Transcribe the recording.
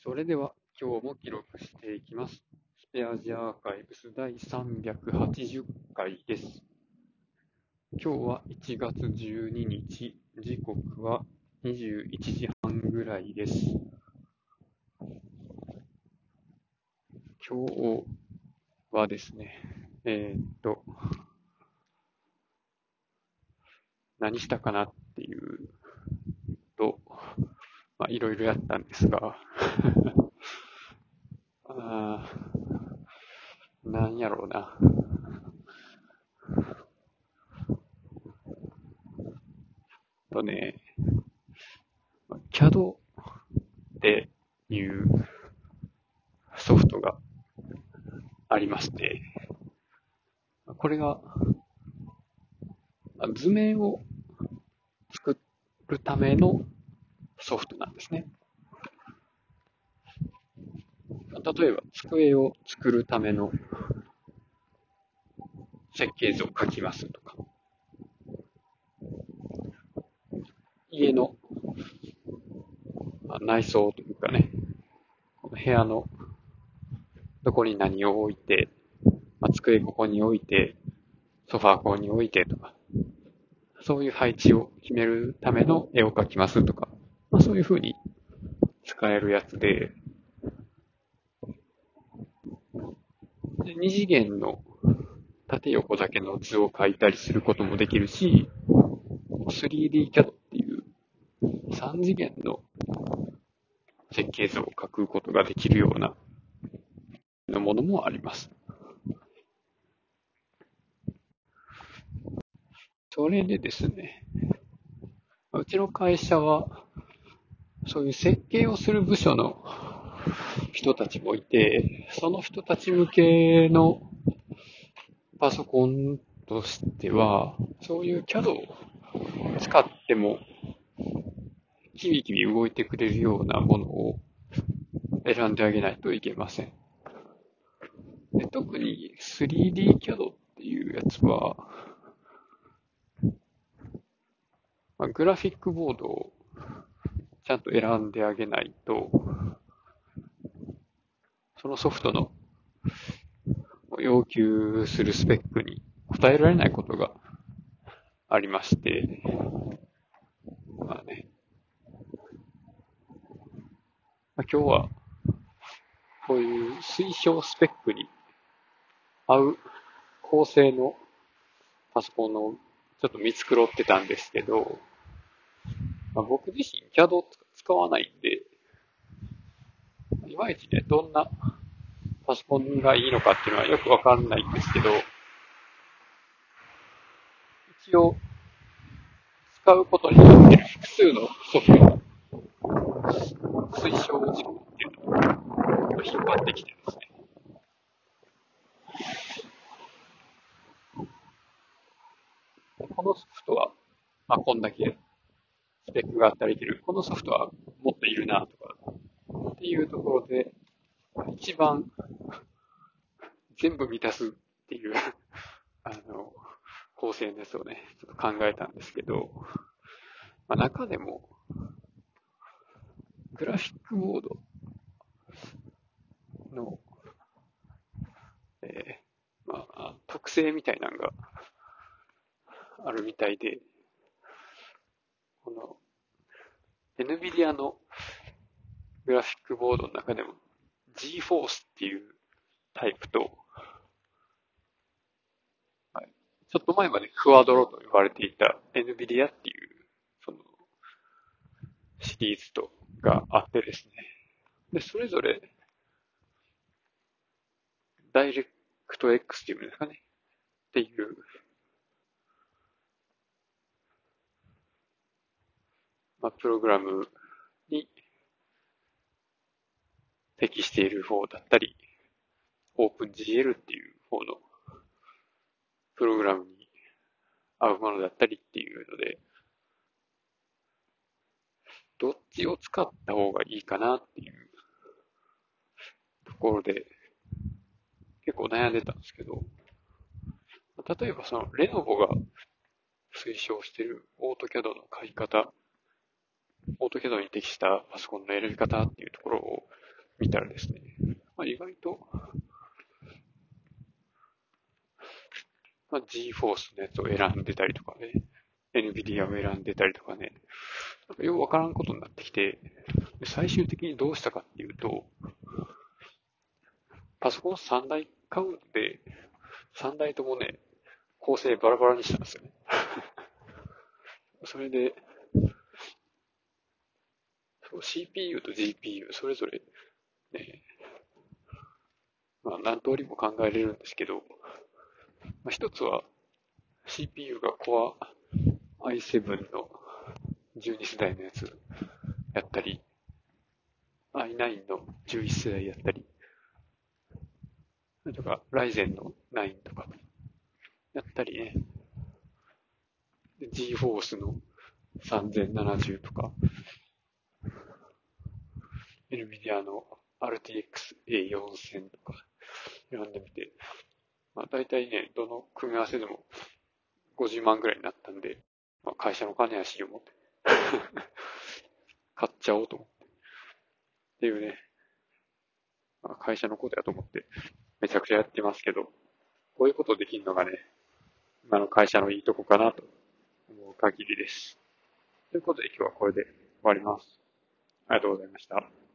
それでは今日も記録していきます。スペアジアーカイブス第380回です。今日は1月12日、時刻は21時半ぐらいです。今日はですね、何したかなっていうと、いろいろやったんですが、なんやろうな。CAD っていうソフトがありまして、これが図面を作るためのソフトなんですね。例えば、机を作るための設計図を書きますとか、家の内装というかね、部屋のどこに何を置いて、机ここに置いて、ソファーここに置いてとか、そういう配置を決めるための絵を描きますとか、そういう風に使えるやつで、二次元の縦横だけの図を描いたりすることもできるし、3D CAD っていう3次元の設計図を描くことができるようなものもあります。それでですね、うちの会社は、そういう設計をする部署の人たちもいて、その人たち向けのパソコンとしては、そういう CAD を使っても、キビキビ動いてくれるようなものを選んであげないといけません。で、特に 3D CAD っていうやつは、グラフィックボードをちゃんと選んであげないと、そのソフトの要求するスペックに応えられないことがありまして、今日はこういう推奨スペックに合う構成のパソコンをちょっと見繕ってたんですけど、僕自身 CAD を使わないんで、いまいちね、どんなパソコンがいいのかっていうのはよくわかんないんですけど、一応使うことになっている複数のソフトの推奨事項っていうのを引っ張ってきてですね。このソフトは、こんだけスペックがあったらいける。このソフトはもっといるなとか、っていうところで、一番全部満たすっていう構成のやつをね、ちょっと考えたんですけど、中でも、グラフィックボードの、特性みたいなのがあるみたいで、この NVIDIA のグラフィックボードの中でも GForce っていうタイプと、ちょっと前までクワドロと呼ばれていた NVIDIA っていうそのシリーズとがあってですね。で、それぞれダイレクト X っていうんですかね。っていう、プログラムに適している方だったり、OpenGL っていう方のプログラムに合うものだったりっていうので、どっちを使った方がいいかなっていうところで結構悩んでたんですけど、例えばそのレノボが推奨しているオートキャドの書き方、オートキャドに適したパソコンの選び方っていうところをみたらですね、意外と、GForce のやつを選んでたりとかね、NVIDIA を選んでたりとかね、なんかよくわからんことになってきて、最終的にどうしたかっていうと、パソコン3台買うんで、3台ともね、構成バラバラにしたんですよね。それで、CPU と GPU それぞれ、ね、何通りも考えれるんですけど、一つは CPU が Core i7 の12世代のやつやったり、i9 の11世代やったり、それとか Ryzen の9とかやったりね、GForce の3070とか、NVIDIA の RTX A4000 とか選んでみて、大体ね、どの組み合わせでも50万ぐらいになったんで、会社の金やし思って買っちゃおうと思って。っていうね、会社のことやと思ってめちゃくちゃやってますけど、こういうことできるのがね、今の会社のいいとこかなと思う限りです。ということで今日はこれで終わります。ありがとうございました。